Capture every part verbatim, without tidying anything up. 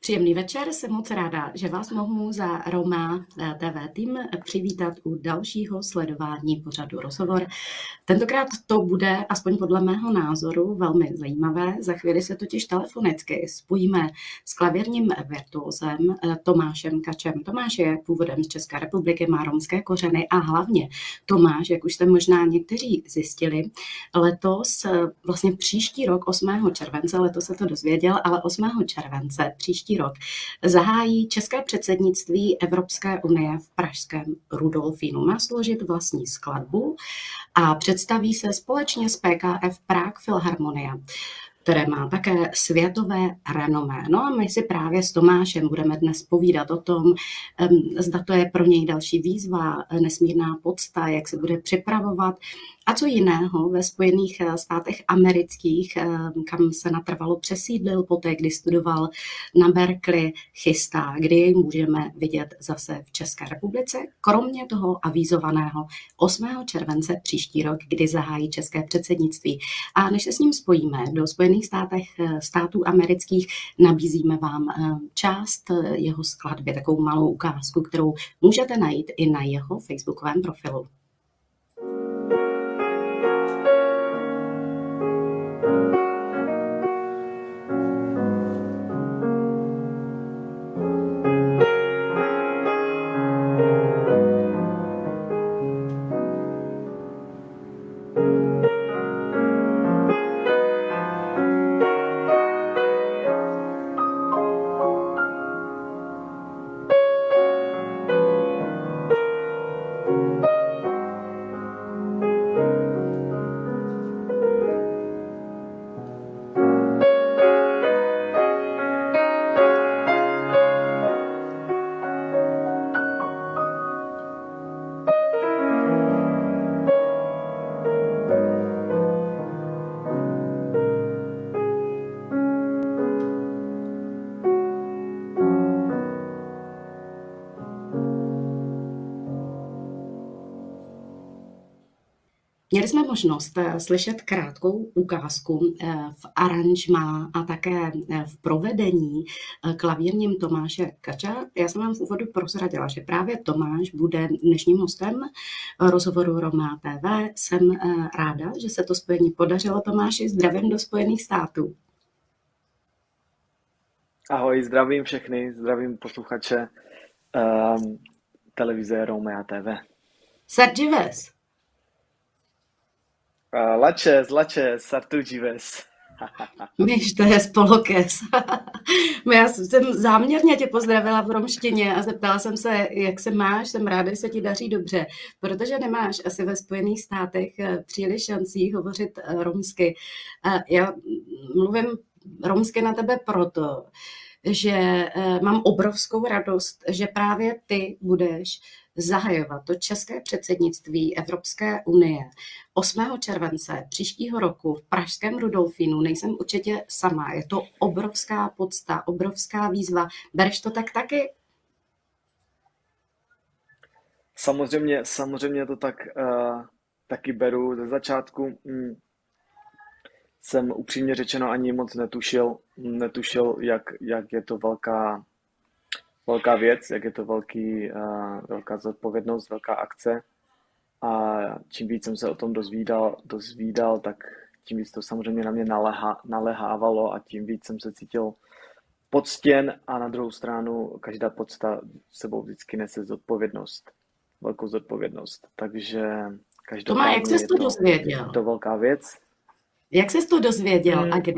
Příjemný večer, jsem moc ráda, že vás mohu za Roma T V tým přivítat u dalšího sledování pořadu Rozhovor. Tentokrát to bude, aspoň podle mého názoru, velmi zajímavé. Za chvíli se totiž telefonicky spojíme s klavírním virtuózem Tomášem Kačem. Tomáš je původem z České republiky, má romské kořeny a hlavně Tomáš, jak už jste možná někteří zjistili, letos, vlastně příští rok, osmého července, letos se to dozvěděl, ale osmého července příští rok zahájí české předsednictví Evropské unie v pražském Rudolfínu. Má složit vlastní skladbu a představí se společně s P K F Prague Philharmonia, které má také světové renomé. No a my si právě s Tomášem budeme dnes povídat o tom, zda to je pro něj další výzva, nesmírná podsta, jak se bude připravovat a co jiného ve Spojených státech amerických, kam se natrvalo přesídlil poté, kdy studoval na Berkeley, chystá, kdy jej můžeme vidět zase v České republice, kromě toho avizovaného osmého července příští rok, kdy zahájí české předsednictví. A než se s ním spojíme do Spojených státech, států amerických, nabízíme vám část jeho skladby, takovou malou ukázku, kterou můžete najít i na jeho facebookovém profilu. Měli jsme možnost slyšet krátkou ukázku v aranžmá a také v provedení klavírním Tomáše Kača. Já jsem vám v úvodu prozradila, že právě Tomáš bude dnešním hostem rozhovoru Roma T V. Jsem ráda, že se to spojení podařilo. Tomáši, zdravím do Spojených států. Ahoj, zdravím všechny, zdravím posluchače um, televize Roma T V. Sardžives. Uh, lačes, lačes, sartuģives. Myš, to je spolokes. Já jsem záměrně tě pozdravila v romštině a zeptala jsem se, jak se máš. Jsem ráda, že se ti daří dobře, protože nemáš asi ve Spojených státech příliš šancí hovořit romsky. Já mluvím romsky na tebe proto, že mám obrovskou radost, že právě ty budeš zahajovat to české předsednictví Evropské unie osmého července příštího roku v pražském Rudolfínu. Nejsem určitě sama, je to obrovská podsta, obrovská výzva. Bereš to tak taky? Samozřejmě, samozřejmě to tak uh, taky beru. Ze začátku mm, jsem upřímně řečeno ani moc netušil, netušil, jak, jak je to velká velká věc, jak je to velký, uh, velká zodpovědnost, velká akce. A čím víc jsem se o tom dozvídal, dozvídal tak tím víc to samozřejmě na mě naleha, nalehávalo a tím víc jsem se cítil poctěn a na druhou stranu každá pocta sebou vždycky nese zodpovědnost, velkou zodpovědnost. Takže každopádně Toma, jak jsi to dozvěděl? Je to velká věc. Jak jsi to dozvěděl hmm. a kdy?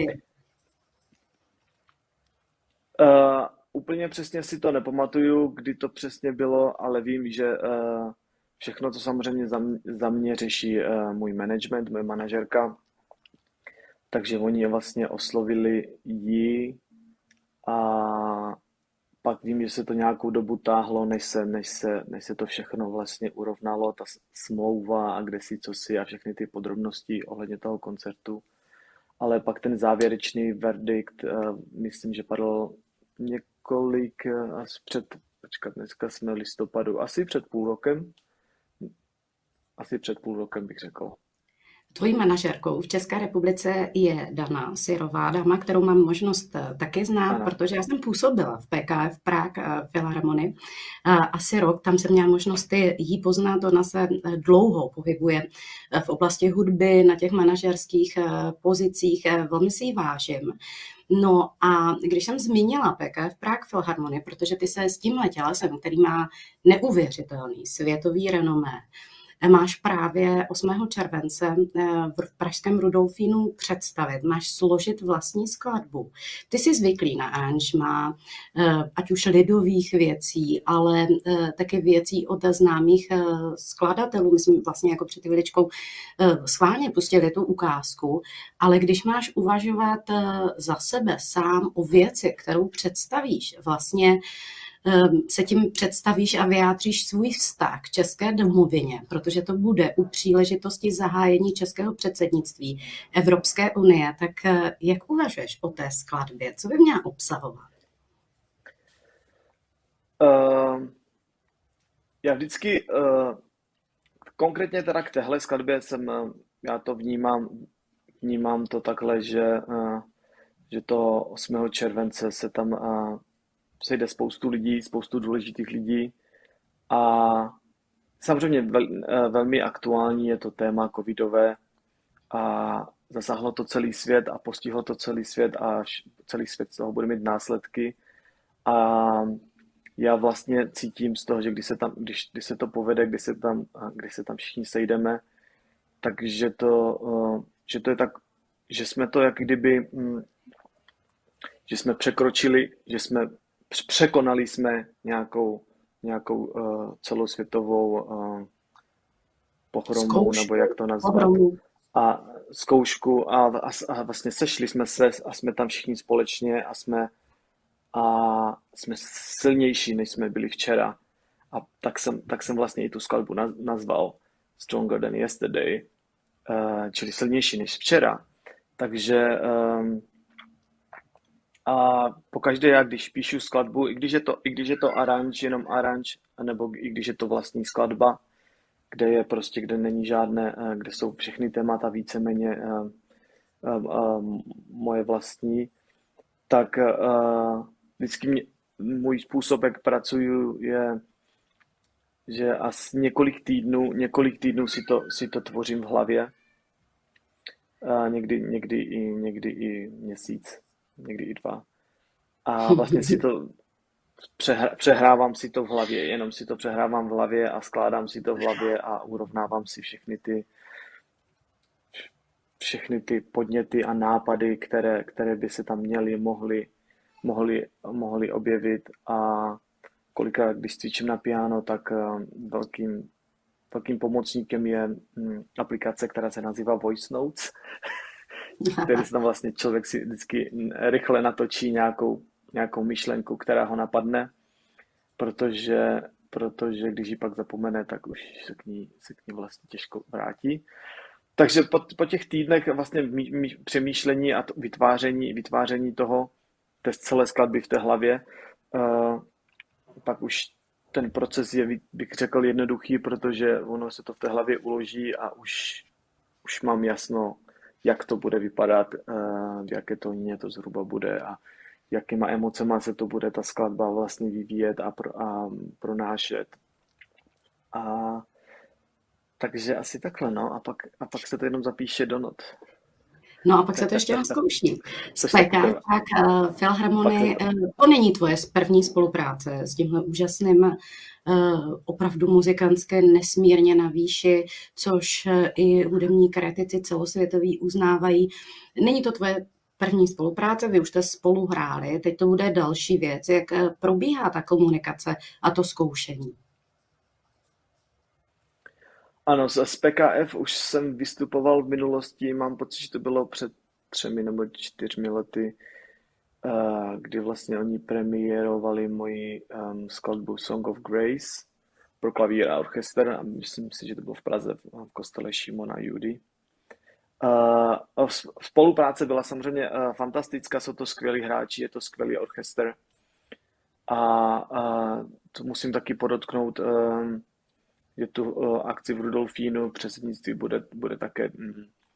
Uh, Úplně přesně si to nepamatuju, kdy to přesně bylo, ale vím, že uh, všechno to samozřejmě za mě, za mě řeší uh, můj management, moje manažerka. Takže oni vlastně oslovili ji a pak vím, že se to nějakou dobu táhlo, než se, než se, než se to všechno vlastně urovnalo, ta smlouva a kde si, co si a všechny ty podrobnosti ohledně toho koncertu. Ale pak ten závěrečný verdikt, uh, myslím, že padl několik, asi před, počkat, dneska jsme listopadu, asi před půl rokem, asi před půl rokem bych řekl. Tvojí manažerkou v České republice je Dana Syrová, dáma, kterou mám možnost taky znát, Ano. protože já jsem působila v P K F Prague Filharmonii asi rok. Tam jsem měla možnost jí poznat, ona se dlouho pohybuje v oblasti hudby, na těch manažerských pozicích, velmi si ji vážím. No a když jsem zmínila P K F Prague Filharmonii, protože ty se s tímhle tělesem, který má neuvěřitelný světový renomé, máš právě osmého července v pražském Rudolfínu představit, máš složit vlastní skladbu. Ty jsi zvyklý na aranžmá, ať už lidových věcí, ale taky věcí od známých skladatelů. My jsme vlastně jako před chviličkou schválně pustili tu ukázku, ale když máš uvažovat za sebe sám o věci, kterou představíš, vlastně se tím představíš a vyjádříš svůj vztah k české domovině, protože to bude u příležitosti zahájení českého předsednictví Evropské unie. Tak jak uvažuješ o té skladbě? Co by měla obsahovat? Uh, já vždycky, uh, konkrétně teda k téhle skladbě jsem, uh, já to vnímám, vnímám to takhle, že, uh, že to osmého července se tam uh, sejde spoustu lidí, spoustu důležitých lidí a samozřejmě vel, velmi aktuální je to téma covidové a zasáhlo to celý svět a postihlo to celý svět a celý svět z toho bude mít následky a já vlastně cítím z toho, že když se, tam, když, když se to povede, když se tam, když se tam všichni sejdeme, takže to, že to je tak, že jsme to jak kdyby, že jsme překročili, že jsme překonali jsme nějakou, nějakou uh, celosvětovou uh, pohromu, Zkoušku, nebo jak to nazvat, pohromu. a zkoušku a, a, a vlastně sešli jsme se a jsme tam všichni společně a jsme, a jsme silnější, než jsme byli včera. A tak jsem, tak jsem vlastně i tu skladbu nazval Stronger Than Yesterday, uh, čili silnější než včera. Takže um, a pokaždé já, když píšu skladbu, i když je to, i když je to aranž, jenom aranž, nebo i když je to vlastní skladba, kde je prostě, kde není žádné, kde jsou všechny témata víceméně uh, uh, uh, moje vlastní, tak uh, vždycky mě, můj způsob, jak pracuju, je, že asi několik týdnů, několik týdnů si to, si to tvořím v hlavě. Uh, někdy, někdy, i, někdy i měsíc. Někdy i dva. A vlastně si to přehrávám si to v hlavě, jenom si to přehrávám v hlavě a skládám si to v hlavě a urovnávám si všechny ty všechny ty podněty a nápady, které, které by se tam měly, mohly, mohly, mohly objevit a kolikrát, když cvičím na piano, tak velkým, velkým pomocníkem je aplikace, která se nazývá Voice Notes, který se tam vlastně člověk si vždycky rychle natočí nějakou, nějakou myšlenku, která ho napadne, protože, protože když ji pak zapomene, tak už se k ní, se k ní vlastně těžko vrátí. Takže po, po těch týdnech vlastně mý, mý, přemýšlení a to, vytváření, vytváření toho, té celé skladby v té hlavě, uh, pak už ten proces je, bych řekl, jednoduchý, protože ono se to v té hlavě uloží a už, už mám jasno, jak to bude vypadat, v jaké tóně to zhruba bude a jakýma emocema se to bude ta skladba vlastně vyvíjet a, pro, a pronášet. A takže asi takhle, no. A pak, a pak se to jenom zapíše do not. No a pak se to ještě naskouší. S P K F Prague Filharmonii, to není tvoje první spolupráce s tímhle úžasným, opravdu muzikantské nesmírně na výši, což i hudební kritici celosvětoví uznávají. Není to tvoje první spolupráce, vy už jste spolu hráli, teď to bude další věc. Jak probíhá ta komunikace a to zkoušení? Ano, z P K F už jsem vystupoval v minulosti, mám pocit, že to bylo před třemi nebo čtyřmi lety, kdy vlastně oni premiérovali moji um, skladbu Song of Grace pro klavír a orchestr a myslím si, že to bylo v Praze v kostele Šimona Judy. Uh, spolupráce byla samozřejmě uh, fantastická, jsou to skvělí hráči, je to skvělý orchestr a uh, to musím taky podotknout, uh, že tu uh, akci v Rudolfínu předsednictví bude, bude také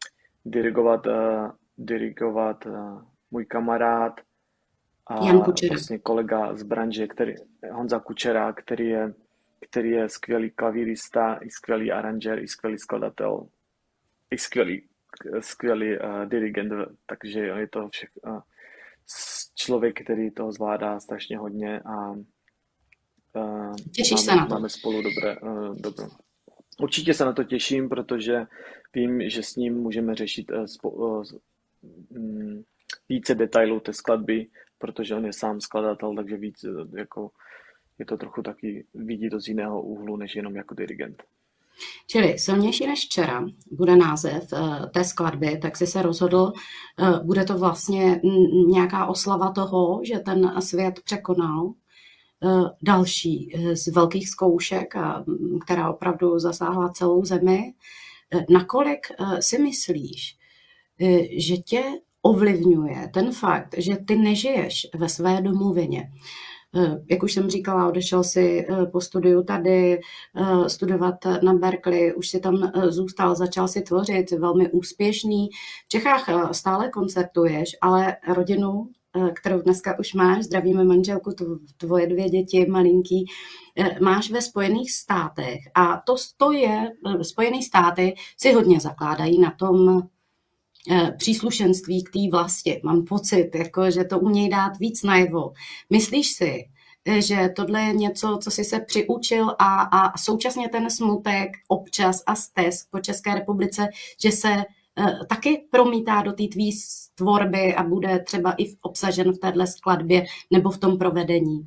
dirigovat, uh, dirigovat uh, můj kamarád Jan a Kučera. vlastně kolega z branže, který, Honza Kučera, který je, který je skvělý klavírista, i skvělý aranžér, i skvělý skladatel, i skvělý, skvělý uh, dirigent, takže je to všech, uh, člověk, který toho zvládá strašně hodně a uh, Těšíš se máme, na to? máme spolu dobré, uh, dobré. Určitě se na to těším, protože vím, že s ním můžeme řešit uh, spo, uh, um, více detailů té skladby, protože on je sám skladatel, takže víc uh, jako je to trochu taky, vidí to z jiného úhlu, než jenom jako dirigent. Čili Silnější než včera bude název uh, té skladby, tak jsi se rozhodl, uh, bude to vlastně nějaká oslava toho, že ten svět překonal uh, další z velkých zkoušek, a, která opravdu zasáhla celou zemi. Uh, nakolik uh, si myslíš, uh, že tě ovlivňuje ten fakt, že ty nežiješ ve své domovině? Jak už jsem říkala, odešel si po studiu tady studovat na Berkeley, už si tam zůstal, začal si tvořit, velmi úspěšný. V Čechách stále koncertuješ, ale rodinu, kterou dneska už máš, zdravíme manželku, tvoje dvě děti malinký, máš ve Spojených státech. A to, to je, Spojené státy si hodně zakládají na tom příslušenství k té vlasti. Mám pocit, jako, že to umějí dát víc najevo. Myslíš si, že tohle je něco, co jsi se přiučil a, a současně ten smutek, občas a stesk po České republice, že se uh, taky promítá do té tvý tvorby a bude třeba i obsažen v téhle skladbě nebo v tom provedení?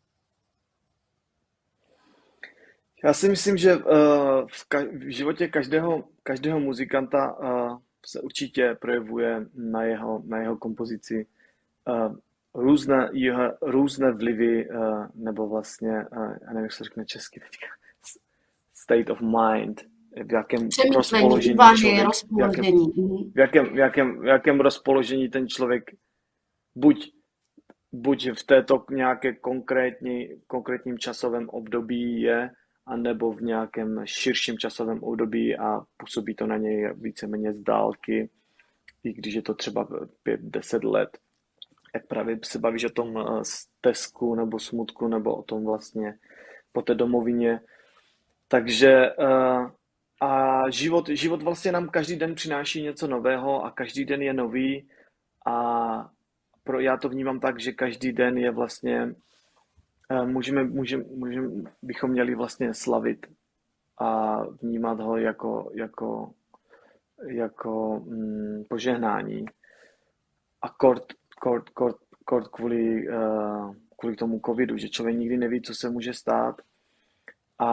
Já si myslím, že uh, v, ka- v životě každého, každého muzikanta uh, se určitě projevuje na jeho, na jeho kompozici uh, různé, jeho, různé vlivy, uh, nebo vlastně, uh, já nevím, jak se řekne česky teďka, state of mind, v jakém rozpoložení člověk, v jakém, v, jakém, v, jakém, v jakém rozpoložení ten člověk buď, buď v této nějaké konkrétní, konkrétním časovém období je, anebo v nějakém širším časovém období a působí to na něj víceméně z dálky, i když je to třeba pět deset let. Jak právě se bavíš o tom stesku nebo smutku, nebo o tom vlastně po té domovině. Takže a život, život vlastně nám každý den přináší něco nového a každý den je nový a pro, já to vnímám tak, že každý den je vlastně Můžeme, můžeme, můžeme, bychom měli vlastně slavit a vnímat ho jako, jako, jako mm, požehnání. A kort, kort, kort, kort kvůli, uh, kvůli tomu covidu, že člověk nikdy neví, co se může stát. A,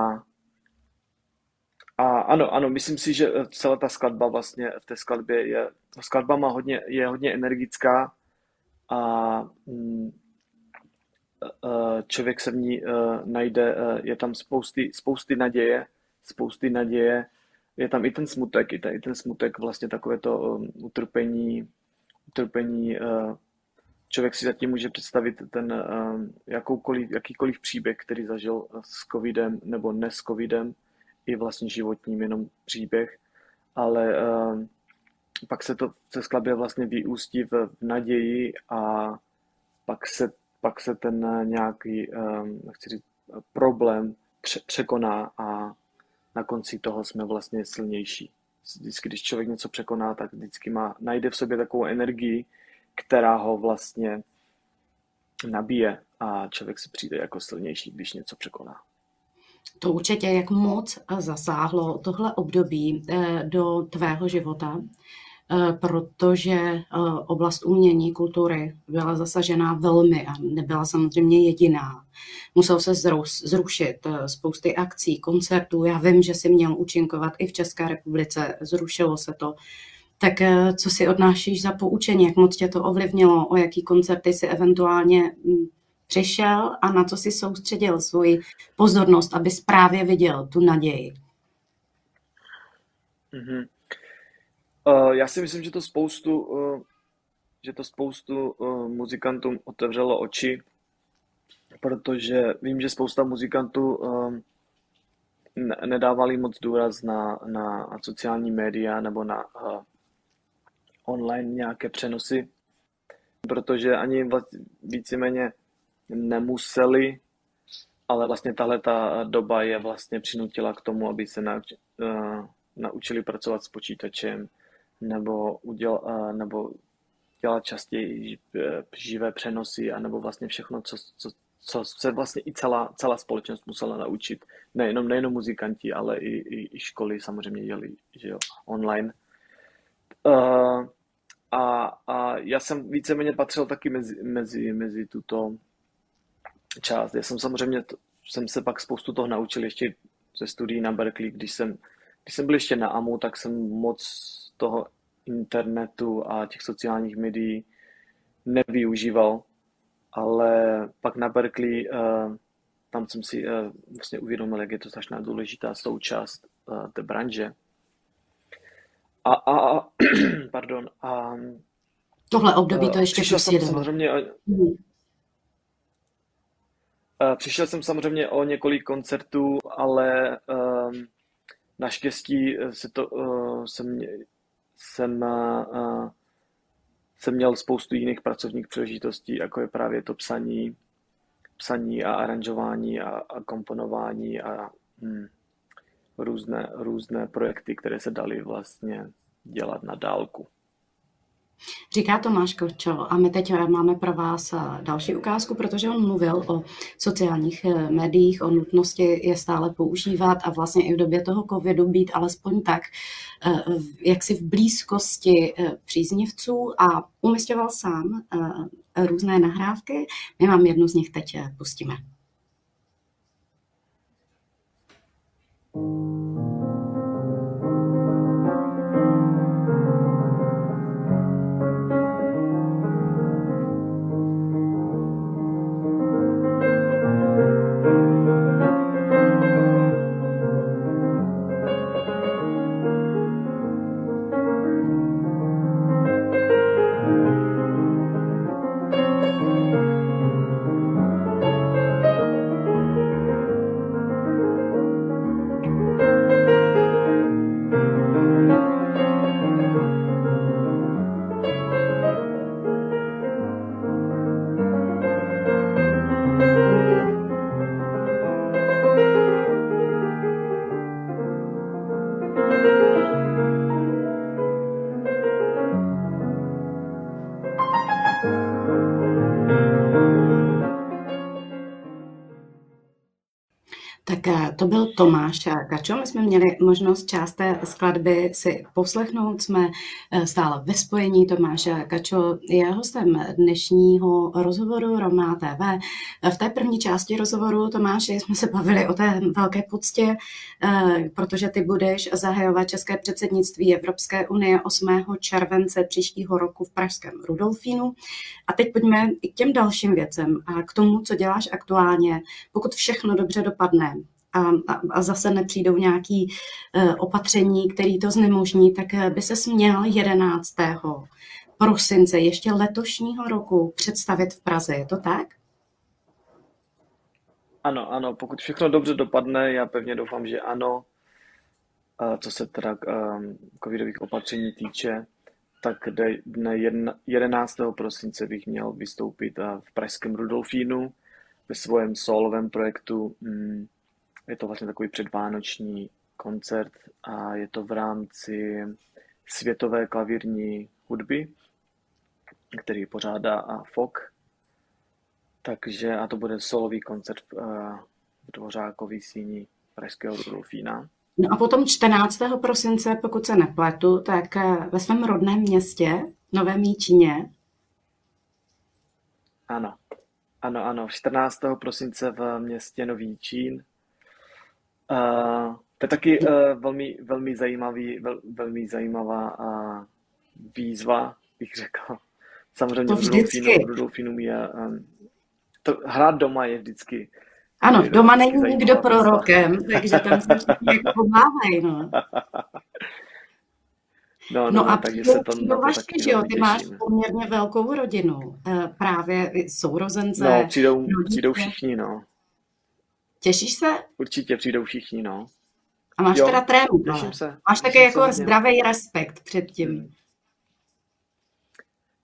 a ano, ano, myslím si, že celá ta skladba vlastně v té skladbě je, ta skladba má hodně, je hodně energická a mm, člověk se v ní najde, je tam spousty, spousty naděje, spousty naděje, je tam i ten smutek, i ten, i ten smutek, vlastně takové to utrpení, utrpení, člověk si zatím může představit ten jakoukoliv, jakýkoliv příběh, který zažil s covidem nebo ne s covidem, i vlastně životním jenom příběh, ale pak se to v té skladbě vlastně vyústí v naději a pak se pak se ten nějaký, nechci říct, problém překoná a na konci toho jsme vlastně silnější. Vždycky, když člověk něco překoná, tak vždycky má, najde v sobě takovou energii, která ho vlastně nabije a člověk se přijde jako silnější, když něco překoná. To určitě, jak moc zasáhlo tohle období do tvého života, protože oblast umění, kultury byla zasažená velmi a nebyla samozřejmě jediná. Musel se zrušit spousty akcí, koncertů. Já vím, že si měl účinkovat i v České republice, zrušilo se to. Tak co si odnášíš za poučení, jak moc tě to ovlivnilo, o jaký koncerty si eventuálně přišel a na co si soustředil svoji pozornost, abys právě viděl tu naději? Mm-hmm. Uh, já si myslím, že to spoustu, uh, že to spoustu uh, muzikantům otevřelo oči, protože vím, že spousta muzikantů uh, nedávali moc důraz na, na sociální média nebo na uh, online nějaké přenosy, protože ani vlast- víceméně nemuseli, ale vlastně tahle ta doba je vlastně přinutila k tomu, aby se nauč, uh, naučili pracovat s počítačem nebo, uděl, uh, nebo dělat častěji eh, živé přenosy, anebo vlastně všechno, co, co, co se vlastně i celá, celá společnost musela naučit. Nejenom, nejenom muzikanti, ale i, i, i školy samozřejmě dělali, že jo, online. Uh, a, a já jsem víceméně patřil taky mezi, mezi, mezi tuto část. Já jsem samozřejmě, t- jsem se pak spoustu toho naučil ještě ze studií na Berkeley. Když jsem, když jsem byl ještě na A M U, tak jsem moc toho internetu a těch sociálních médií nevyužíval, ale pak na Berkeley, uh, tam jsem si uh, vlastně uvědomil, jak je to strašná důležitá součást uh, té branže. A, a, a pardon, a Tohle období to uh, ještě přišel jsem plus jeden. samozřejmě o, Mhm. uh, přišel jsem samozřejmě o několik koncertů, ale um, naštěstí se to, uh, jsem, jsem, uh, jsem měl spoustu jiných pracovních příležitostí, jako je právě to psaní, psaní a aranžování a, a komponování a hm, různé, různé projekty, které se daly vlastně dělat na dálku. Říká Tomáš Krčo a my teď máme pro vás další ukázku, protože on mluvil o sociálních médiích, o nutnosti je stále používat a vlastně i v době toho covidu být alespoň tak, jaksi v blízkosti příznivců a umisťoval sám různé nahrávky. My vám jednu z nich teď pustíme. Tak to byl Tomáš Krčo. My jsme měli možnost část té skladby si poslechnout. Jsme stále ve spojení. Tomáš Krčo je hostem dnešního rozhovoru Roma T V. V té první části rozhovoru, Tomáši, jsme se bavili o té velké poctě, protože ty budeš zahajovat české předsednictví Evropské unie osmého července příštího roku v pražském Rudolfínu. A teď pojďme i k těm dalším věcem a k tomu, co děláš aktuálně. Pokud všechno dobře dopadne, A, a zase nepřijdou nějaké uh, opatření, které to znemožní, tak by se směl jedenáctého prosince ještě letošního roku představit v Praze. Je to tak? Ano, ano, pokud všechno dobře dopadne, já pevně doufám, že ano. A co se teda um, covidových opatření týče, tak dne jedenáctého prosince bych měl vystoupit v pražském Rudolfínu ve svém solovém projektu. Mm, Je to vlastně takový předvánoční koncert a je to v rámci světové klavírní hudby, který pořádá F O K. Takže a to bude solový koncert v Dvořákový síni pražského Rudolfína. No a potom čtrnáctého prosince, pokud se nepletu, tak ve svém rodném městě, Novém Jičíně. Ano, ano, ano, čtrnáctého prosince v městě Nový Jičín. Uh, to je taky uh, velmi, velmi, zajímavý, vel, velmi zajímavá uh, výzva, bych řekl. Samozřejmě v Rudolfínu, Rudolfínu je, um, to, hrát doma je vždycky. Ano, je doma není nikdo prorokem, takže tam se všichni pomáhají, no. No, no, no a takže se to no, vašky, že jo, ty máš poměrně velkou rodinu, právě sourozence. No, přijdou, přijdou všichni, no. Těšíš se? Určitě přijdou všichni, no. A máš jo, teda trému, těším se. Máš také jako zdravý respekt před tím.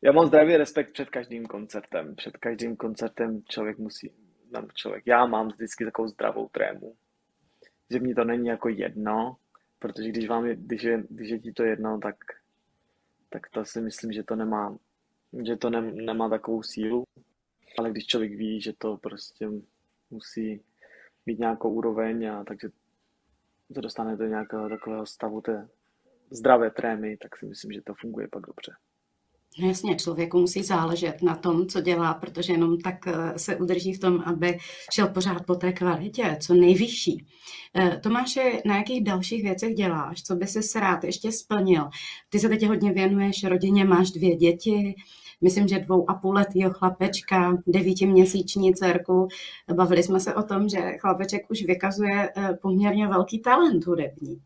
Já mám zdravý respekt před každým koncertem. Před každým koncertem člověk musí, no, člověk, já mám vždycky takovou zdravou trému, že mi to není jako jedno, protože když vám je, když je, když je ti to jedno, tak, tak to si myslím, že to nemá, že to ne, nemá takovou sílu, ale když člověk ví, že to prostě musí mít nějakou úroveň a takže se dostane do nějakého takového stavu té zdravé trémy, tak si myslím, že to funguje pak dobře. No jasně, člověku musí záležet na tom, co dělá, protože jenom tak eh, se udrží v tom, aby šel pořád po té kvalitě, co nejvyšší. Eh, Tomáši, na jakých dalších věcech děláš? Co by si rád ještě splnil? Ty se teď hodně věnuješ rodině, máš dvě děti, myslím, že dvou a půl letýho chlapečka, devítiměsíční dcerku. Bavili jsme se o tom, že chlapeček už vykazuje eh, poměrně velký talent hudební.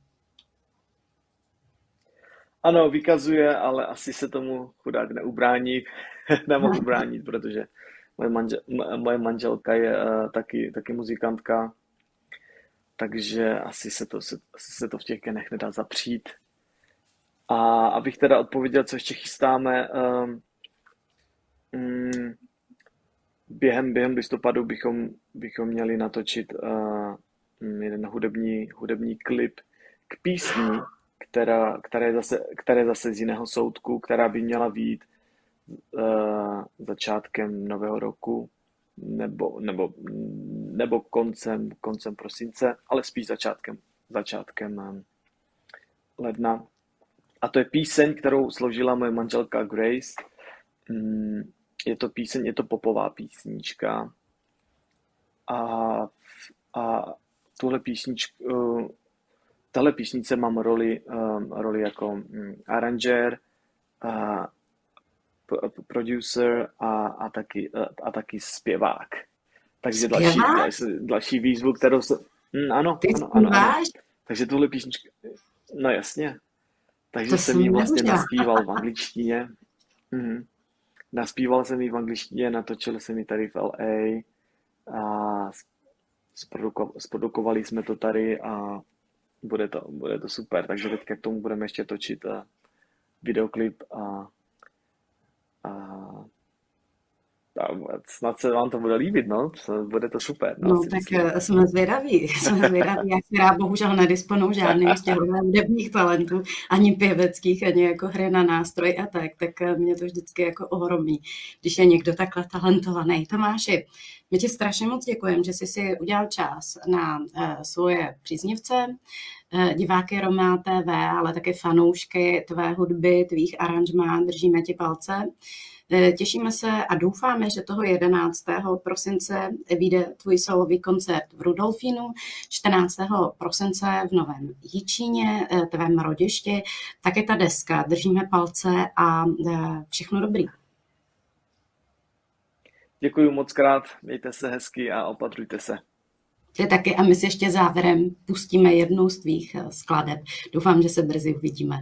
Ano, vykazuje, ale asi se tomu chudák neubrání, nemohu bránit, protože moje, manžel, moje manželka je uh, taky, taky muzikantka, takže asi se, to, se, asi se to v těch genech nedá zapřít. A abych teda odpověděl, co ještě chystáme, um, um, během, během listopadu bychom, bychom měli natočit uh, jeden hudební, hudební klip k písni, která, která, je zase, která je zase z jiného soudku, která by měla být uh, začátkem nového roku nebo, nebo, nebo koncem, koncem prosince, ale spíš začátkem, začátkem um, ledna. A to je píseň, kterou složila moje manželka Grace. Um, je to píseň, je to popová písnička. A, a tuhle písničku uh, tahle písnice mám roli, um, roli jako um, aranžér, a producer a, a, taky, a, a taky zpěvák. Takže další, další, další výzvu, kterou se... Mm, ano, Ty ano, ano, ano. zpíváš? Takže tuhle písničku... No jasně. Takže To jsem ji vlastně neuvěřila. naspíval v angličtině. Mhm. Naspíval jsem ji v angličtině, natočil jsem ji tady v L A a zproduko, zprodukovali jsme to tady a bude to, bude to super. Takže teďka k tomu budeme ještě točit uh, videoklip a, a, a snad se vám to bude líbit, no. Bude to super. No, No tak myslím. jsme zvědaví, jsme zvědaví. Já si rád bohužel nedisponuji žádným z těch hudebních talentů, ani pěveckých, ani jako hry na nástroj a tak, tak mě to vždycky jako ohromí, když je někdo takhle talentovaný. Tomáši, my ti strašně moc děkujeme, že jsi si udělal čas na uh, svoje příznivce, uh, diváky Roma T V, ale také fanoušky tvé hudby, tvých aranžmá, držíme ti palce. Těšíme se a doufáme, že toho jedenáctého prosince vyjde tvůj solový koncert v Rudolfínu, čtrnáctého prosince v Novém Jičíně, tvém rodišti, také ta deska. Držíme palce a všechno dobrý. Děkuji moc krát, mějte se hezky a opatrujte se. Ty taky a my si ještě závěrem pustíme jednu z tvých skladeb. Doufám, že se brzy uvidíme.